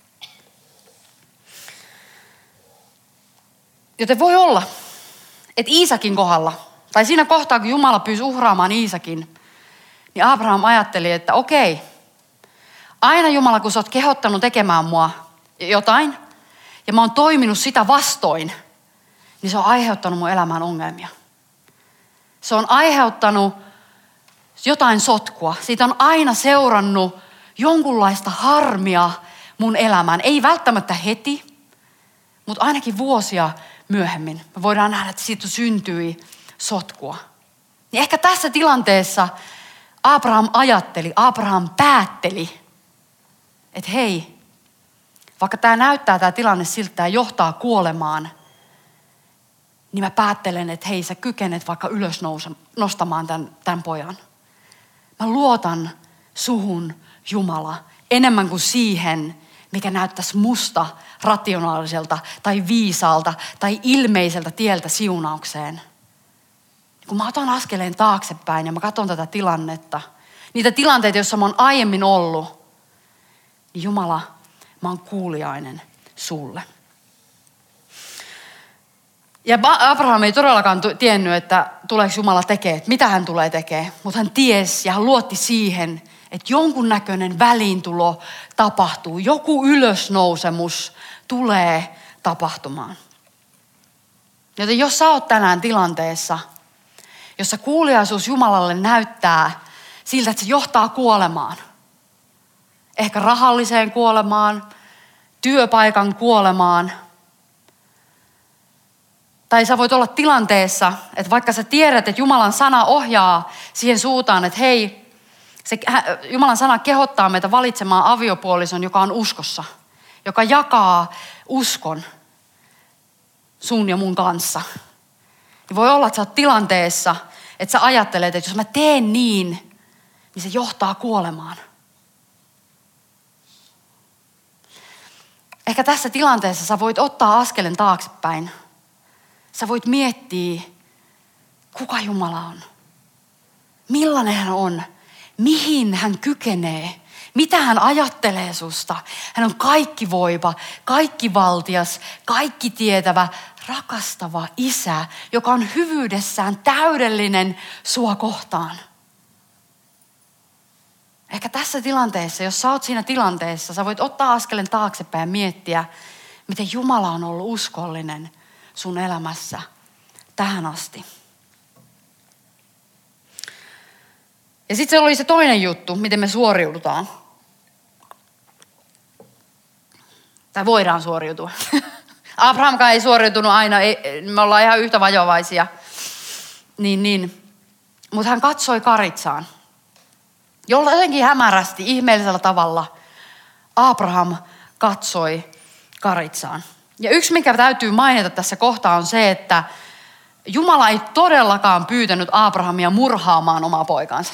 Joten voi olla, että Iisakin kohdalla, tai siinä kohtaa, kun Jumala pyysi uhraamaan Iisakin, niin Abraham ajatteli, että okei, aina Jumala, kun sä oot kehottanut tekemään mua jotain, ja mä oon toiminut sitä vastoin, niin se on aiheuttanut mun elämään ongelmia. Se on aiheuttanut jotain sotkua. Siitä on aina seurannut jonkunlaista harmia mun elämään. Ei välttämättä heti, mutta ainakin vuosia myöhemmin. Me voidaan nähdä, että siitä syntyi sotkua. Niin ehkä tässä tilanteessa Abraham ajatteli, Abraham päätteli, että hei, vaikka tämä näyttää tämä tilanne siltä ja johtaa kuolemaan, niin mä päättelen, että hei, sä kykenet vaikka ylös nostamaan tämän, tämän pojan. Mä luotan suhun, Jumala, enemmän kuin siihen, mikä näyttäisi musta rationaaliselta tai viisaalta tai ilmeiseltä tieltä siunaukseen. Kun mä otan askeleen taaksepäin ja mä katson tätä tilannetta, niitä tilanteita, joissa mä oon aiemmin ollut, niin Jumala, mä oon kuuliainen sulle. Ja Abraham ei todellakaan tiennyt, että tuleeko Jumala tekemään, että mitä hän tulee tekemään. Mutta hän tiesi ja hän luotti siihen, että jonkunnäköinen väliintulo tapahtuu. Joku ylösnousemus tulee tapahtumaan. Joten jos sä oot tänään tilanteessa, jossa kuuliaisuus Jumalalle näyttää siltä, että se johtaa kuolemaan. Ehkä rahalliseen kuolemaan, työpaikan kuolemaan. Tai sä voit olla tilanteessa, että vaikka sä tiedät, että Jumalan sana ohjaa siihen suuntaan, että hei, se, Jumalan sana kehottaa meitä valitsemaan aviopuolison, joka on uskossa, joka jakaa uskon sun ja mun kanssa. Ja voi olla, että sä oot tilanteessa, että sä ajattelet, että jos mä teen niin, niin se johtaa kuolemaan. Ehkä tässä tilanteessa sä voit ottaa askelen taaksepäin. Sä voit miettiä, kuka Jumala on. Millainen hän on. Mihin hän kykenee. Mitä hän ajattelee susta. Hän on kaikkivoiva, kaikkivaltias, kaikki tietävä, rakastava isä, joka on hyvyydessään täydellinen sua kohtaan. Ehkä tässä tilanteessa, jos sä oot siinä tilanteessa, sä voit ottaa askelen taaksepäin ja miettiä, miten Jumala on ollut uskollinen sun elämässä tähän asti. Ja sitten se oli se toinen juttu, miten me suoriudutaan. Tai voidaan suoriutua. Abrahamkaan ei suoriutunut aina, ei, me ollaan ihan yhtä vajovaisia. Niin, niin. Mutta hän katsoi Karitsaan. Jotenkin hämärästi, ihmeellisellä tavalla Abraham katsoi Karitsaan. Ja yksi, mikä täytyy mainita tässä kohtaa on se, että Jumala ei todellakaan pyytänyt Abrahamia murhaamaan omaa poikansa.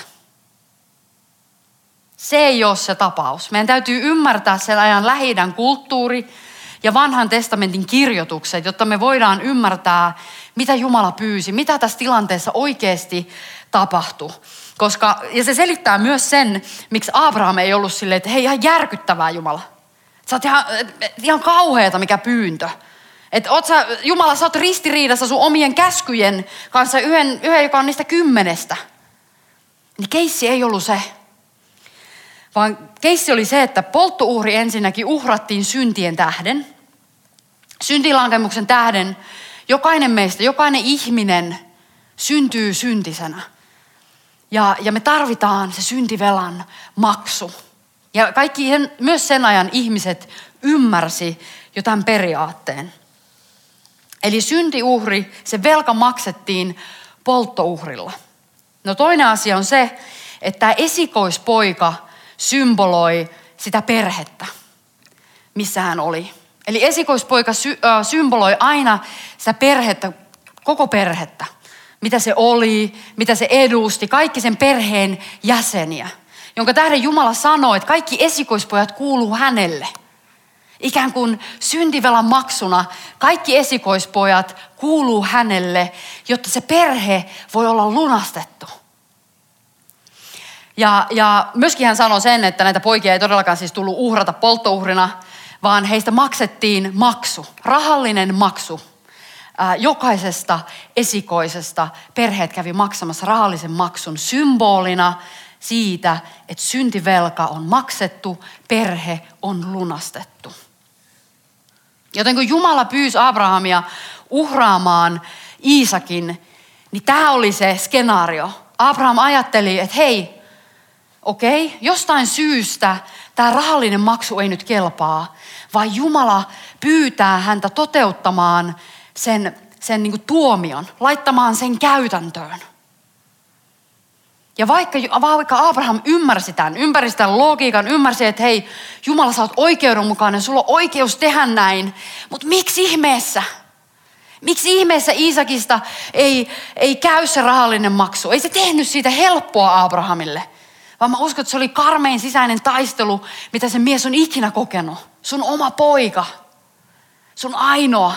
Se ei ole se tapaus. Meidän täytyy ymmärtää sen ajan Lähi-idän kulttuuri ja vanhan testamentin kirjoitukset, jotta me voidaan ymmärtää, mitä Jumala pyysi, mitä tässä tilanteessa oikeasti tapahtui. Koska, ja se selittää myös sen, miksi Abraham ei ollut silleen, että hei, ihan järkyttävää Jumala. Sä oot ihan, ihan kauheata mikä pyyntö. Että oot sä, Jumala, sä oot ristiriidassa sun omien käskyjen kanssa yhden, yhden joka on niistä kymmenestä. Niin keissi ei ollut se. Vaan keissi oli se, että polttouhri ensinnäkin uhrattiin syntien tähden. Syntilankemuksen tähden jokainen meistä, jokainen ihminen syntyy syntisenä. Ja, ja me tarvitaan se syntivelan maksu. Ja kaikki, myös sen ajan ihmiset ymmärsi jo tämän periaatteen. Eli syntiuhri, se velka maksettiin polttouhrilla. No toinen asia on se, että tämä esikoispoika symboloi sitä perhettä, missä hän oli. Eli esikoispoika sy- äh, symboloi aina sitä perhettä, koko perhettä. Mitä se oli, mitä se edusti, kaikki sen perheen jäseniä. Jonka tähden Jumala sanoi, että kaikki esikoispojat kuuluu hänelle. Ikään kuin syntivelan maksuna kaikki esikoispojat kuuluu hänelle, jotta se perhe voi olla lunastettu. Ja, ja myöskin hän sanoi sen, että näitä poikia ei todellakaan siis tullut uhrata polttouhrina, vaan heistä maksettiin maksu, rahallinen maksu. Ää, jokaisesta esikoisesta perheet kävi maksamassa rahallisen maksun symbolina siitä, että syntivelka on maksettu, perhe on lunastettu. Joten kun Jumala pyysi Abrahamia uhraamaan Iisakin, niin tämä oli se skenaario. Abraham ajatteli, että hei, okei, okay, jostain syystä tämä rahallinen maksu ei nyt kelpaa, vaan Jumala pyytää häntä toteuttamaan sen, sen niin kuin tuomion, laittamaan sen käytäntöön. Ja vaikka, vaikka Abraham ymmärsi tämän, ymmärsi tämän logiikan, ymmärsi, että hei, Jumala, sä oot oikeudenmukainen, sulla on oikeus tehdä näin, mutta miksi ihmeessä? Miksi ihmeessä Iisakista ei, ei käy se rahallinen maksu? Ei se tehnyt siitä helppoa Abrahamille, vaan mä uskon, että se oli karmein sisäinen taistelu, mitä se mies on ikinä kokenut. Sun oma poika, sun ainoa.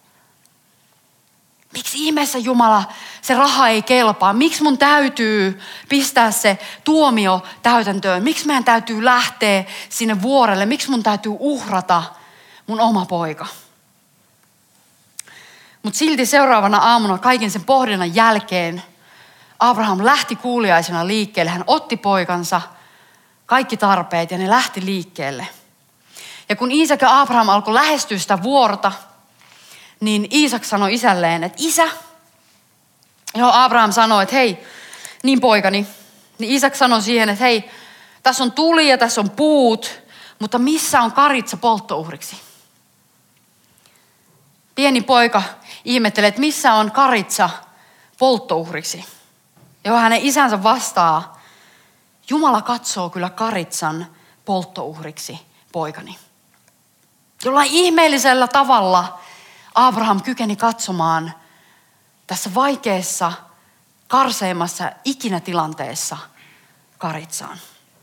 Miksi ihmeessä Jumala, se raha ei kelpaa? Miksi mun täytyy pistää se tuomio täytäntöön? Miksi meidän täytyy lähteä sinne vuorelle? Miksi mun täytyy uhrata mun oma poika? Mutta silti seuraavana aamuna kaiken sen pohdinnan jälkeen Abraham lähti kuuliaisena liikkeelle. Hän otti poikansa, kaikki tarpeet ja ne lähti liikkeelle. Ja kun Iisak ja Abraham alkoi lähestyä sitä vuorta, niin Iisak sanoi isälleen, että isä, johon Abraham sanoi, että hei, niin poikani. Niin Iisak sanoi siihen, että hei, tässä on tuli ja tässä on puut, mutta missä on karitsa polttouhriksi? Pieni poika ihmettelee, että missä on karitsa polttouhriksi. Johon hänen isänsä vastaa, Jumala katsoo kyllä karitsan polttouhriksi, poikani. Jollain ihmeellisellä tavalla Abraham kykeni katsomaan tässä vaikeassa, karseimmassa ikinä tilanteessa karitsaan.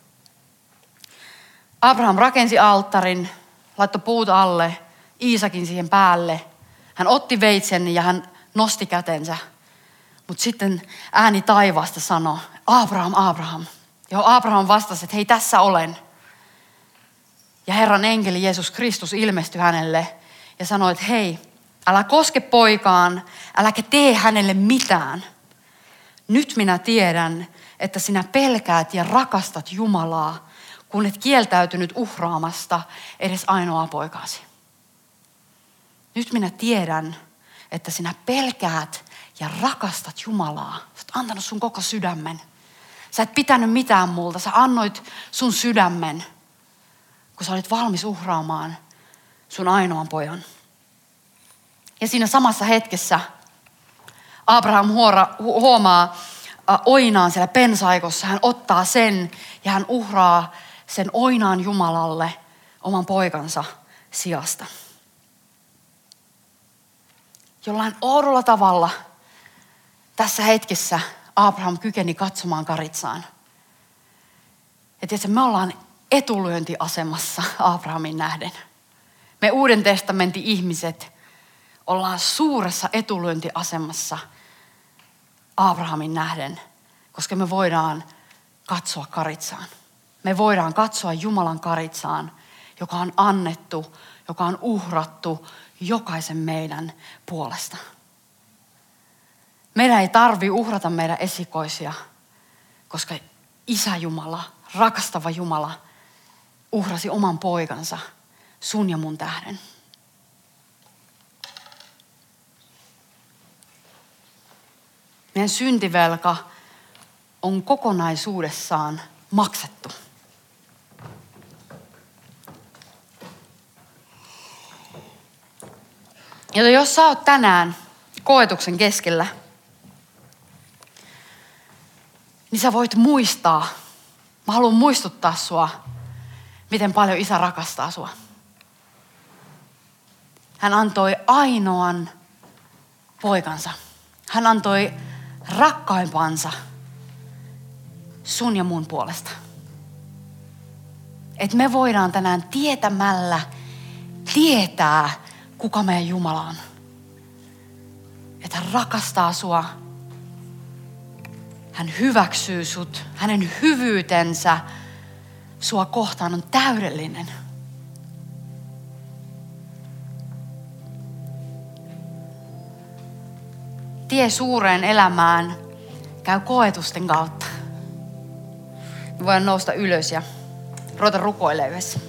Abraham rakensi alttarin, laittoi puut alle, Iisakin siihen päälle. Hän otti veitsen ja hän nosti kätensä. Mutta sitten ääni taivaasta sanoi, Abraham, Abraham. Ja Abraham vastasi, että hei, tässä olen. Ja Herran enkeli Jeesus Kristus ilmestyi hänelle ja sanoi, että hei, älä koske poikaan, äläkä tee hänelle mitään. Nyt minä tiedän, että sinä pelkäät ja rakastat Jumalaa, kun et kieltäytynyt uhraamasta edes ainoaa poikaasi. Nyt minä tiedän, että sinä pelkäät ja rakastat Jumalaa. Sä oot antanut sun koko sydämen. Sä et pitänyt mitään multa. Sä annoit sun sydämen, kun sä olit valmis uhraamaan sun ainoan pojan. Ja siinä samassa hetkessä Abraham huora, hu, huomaa äh, oinaan siellä pensaikossa. Hän ottaa sen ja hän uhraa sen oinaan Jumalalle oman poikansa sijasta. Jollain oudolla tavalla tässä hetkessä Abraham kykeni katsomaan karitsaan. Ja tiedätkö, me ollaan etulyöntiasemassa Abrahamin nähden. Me Uuden testamentin ihmiset ollaan suuressa etulyöntiasemassa Abrahamin nähden, koska me voidaan katsoa karitsaan. Me voidaan katsoa Jumalan karitsaan, joka on annettu, joka on uhrattu jokaisen meidän puolesta. Meidän ei tarvitse uhrata meidän esikoisia, koska Isä Jumala, rakastava Jumala, uhrasi oman poikansa sun ja mun tähden. Meidän syntivelka on kokonaisuudessaan maksettu. Joten jos sä oot tänään koetuksen keskellä, niin sä voit muistaa, mä haluan muistuttaa sua, miten paljon Isä rakastaa sua. Hän antoi ainoan poikansa. Hän antoi rakkaimpansa sun ja mun puolesta. Että me voidaan tänään tietämällä tietää, kuka meidän Jumala on. Että hän rakastaa sua. Hän hyväksyy sut. Hänen hyvyytensä sua kohtaan on täydellinen. Tie suureen elämään käy koetusten kautta. Voidaan nousta ylös ja ruveta rukoilemaan yhdessä.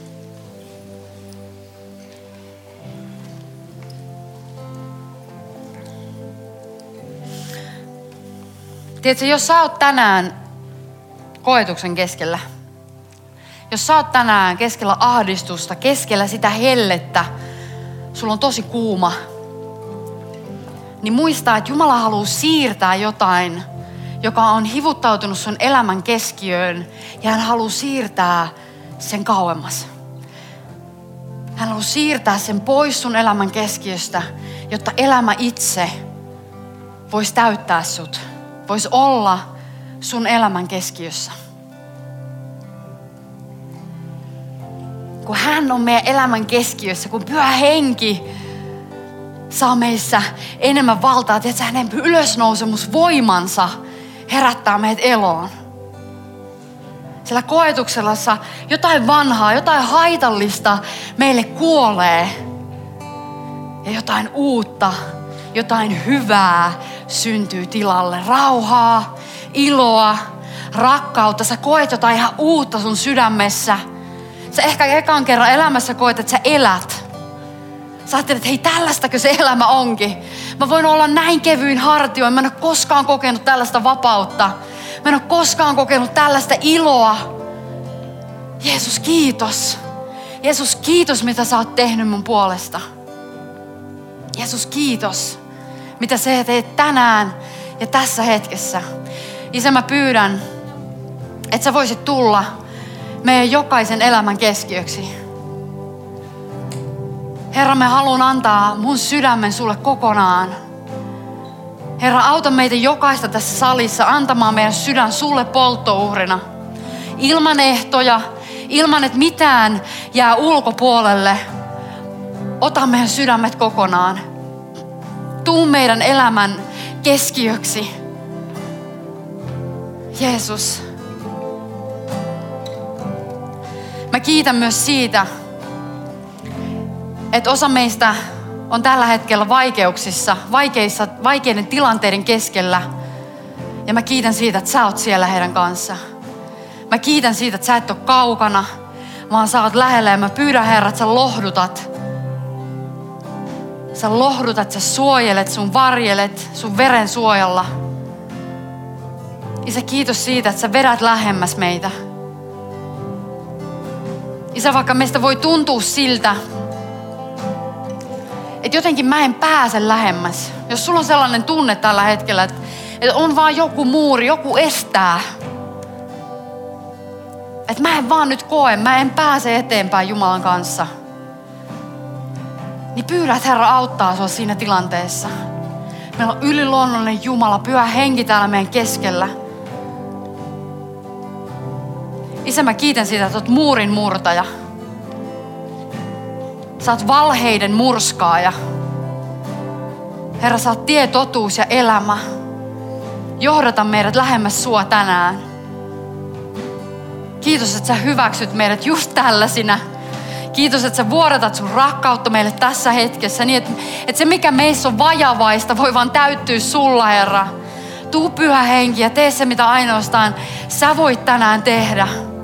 Tiedätkö, jos sä oot tänään koetuksen keskellä, jos sä oot tänään keskellä ahdistusta, keskellä sitä hellettä, sulla on tosi kuuma, niin muista, että Jumala haluaa siirtää jotain, joka on hivuttautunut sun elämän keskiöön, ja hän haluaa siirtää sen kauemmas. Hän haluaa siirtää sen pois sun elämän keskiöstä, jotta elämä itse voisi täyttää sut, voisi olla sun elämän keskiössä. Kun hän on meidän elämän keskiössä, kun Pyhä Henki saa meissä enemmän valtaa, että hänen ylösnousemusvoimansa herättää meidät eloon. Sillä koetuksellassa jotain vanhaa, jotain haitallista meille kuolee. Ja jotain uutta, jotain hyvää syntyy tilalle. Rauhaa, iloa, rakkautta. Sä koet jotain ihan uutta sun sydämessä. Sä ehkä ekan kerran elämässä koet, että sä elät. Sä ajattelet, että hei, tällaistakö se elämä onkin. Mä voin olla näin kevyin hartioin. Mä en ole koskaan kokenut tällaista vapautta. Mä en ole koskaan kokenut tällaista iloa. Jeesus, kiitos. Jeesus, kiitos, mitä sä oot tehnyt mun puolesta. Jeesus, kiitos, mitä sä teet tänään ja tässä hetkessä. Isä, mä pyydän, että sä voisit tulla meidän jokaisen elämän keskiöksi. Herra, mä haluan antaa mun sydämen sulle kokonaan. Herra, auta meitä jokaista tässä salissa antamaan meidän sydän sulle polttouhrina. Ilman ehtoja, ilman että mitään jää ulkopuolelle. Ota meidän sydämet kokonaan. Tuu meidän elämän keskiöksi. Jeesus. Mä kiitän myös siitä, että osa meistä on tällä hetkellä vaikeuksissa, vaikeissa, vaikeiden tilanteiden keskellä. Ja mä kiitän siitä, että sä oot siellä heidän kanssa. Mä kiitän siitä, että sä et ole kaukana, vaan sä oot lähellä. Ja mä pyydän, Herra, että sä lohdutat. Sä lohdutat, sä suojelet, sun varjelet, sun veren suojalla. Isä, kiitos siitä, että sä vedät lähemmäs meitä. Isä, vaikka meistä voi tuntua siltä, että jotenkin mä en pääse lähemmäs. Jos sulla on sellainen tunne tällä hetkellä, että, että on vaan joku muuri, joku estää. Että mä en vaan nyt koe, mä en pääse eteenpäin Jumalan kanssa. Niin pyydä, että Herra auttaa sua siinä tilanteessa. Meillä on yliluonnollinen Jumala, Pyhä Henki täällä meidän keskellä. Isä, mä kiitän siitä, että oot muurin murtaja. Sä oot valheiden murskaaja. Herra, sä oot tie, totuus ja elämä. Johdata meidät lähemmäs sua tänään. Kiitos, että sä hyväksyt meidät just tällaisina. Kiitos, että sä vuodatat sun rakkautta meille tässä hetkessä. Niin, että, että se mikä meissä on vajavaista voi vaan täyttyä sulla, Herra. Tuu, Pyhä Henki, ja tee se mitä ainoastaan sä voit tänään tehdä.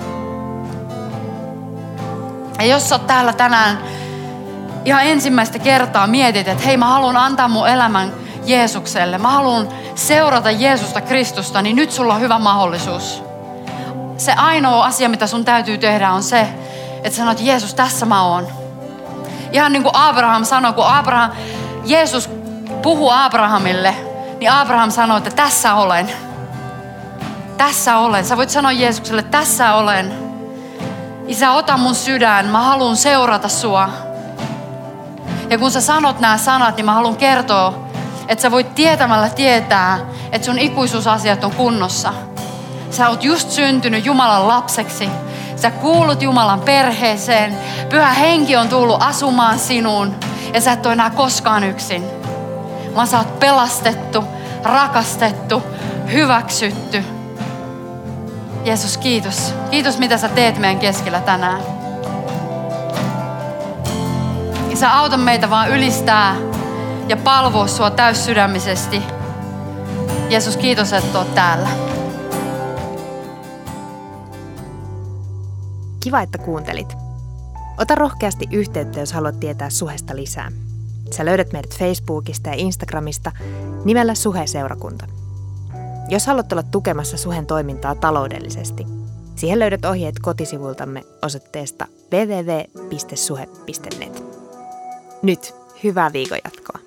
Ja jos sä oot täällä tänään ihan ensimmäistä kertaa mietit, että hei, mä haluan antaa mun elämän Jeesukselle. Mä haluan seurata Jeesusta Kristusta, niin nyt sulla on hyvä mahdollisuus. Se ainoa asia, mitä sun täytyy tehdä, on se, että sanot, Jeesus, tässä mä oon. Ihan niin kuin Abraham sanoi, kun Abraham, Jeesus puhui Abrahamille, niin Abraham sanoi, että tässä olen. Tässä olen. Sä voit sanoa Jeesukselle, tässä olen. Isä, ota mun sydän, mä haluan seurata sua. Ja kun sä sanot nämä sanat, niin mä haluan kertoa, että sä voit tietämällä tietää, että sun ikuisuusasiat on kunnossa. Sä oot just syntynyt Jumalan lapseksi. Sä kuulut Jumalan perheeseen. Pyhä Henki on tullut asumaan sinuun. Ja sä et ole enää koskaan yksin. Vaan sä oot pelastettu, rakastettu, hyväksytty. Jeesus, kiitos. Kiitos, mitä sä teet meidän keskellä tänään. Isä, auta meitä vaan ylistää ja palvoa sua täyssydämisesti. Jeesus, kiitos, että oot täällä. kiva, että kuuntelit. Ota rohkeasti yhteyttä, jos haluat tietää Suhesta lisää. Sä löydät meidät Facebookista ja Instagramista nimellä Suhe-seurakunta. Jos haluat olla tukemassa Suhen toimintaa taloudellisesti, siihen löydät ohjeet kotisivuiltamme osoitteesta double-u double-u double-u piste suhe piste net. Nyt hyvää viikon jatkoa.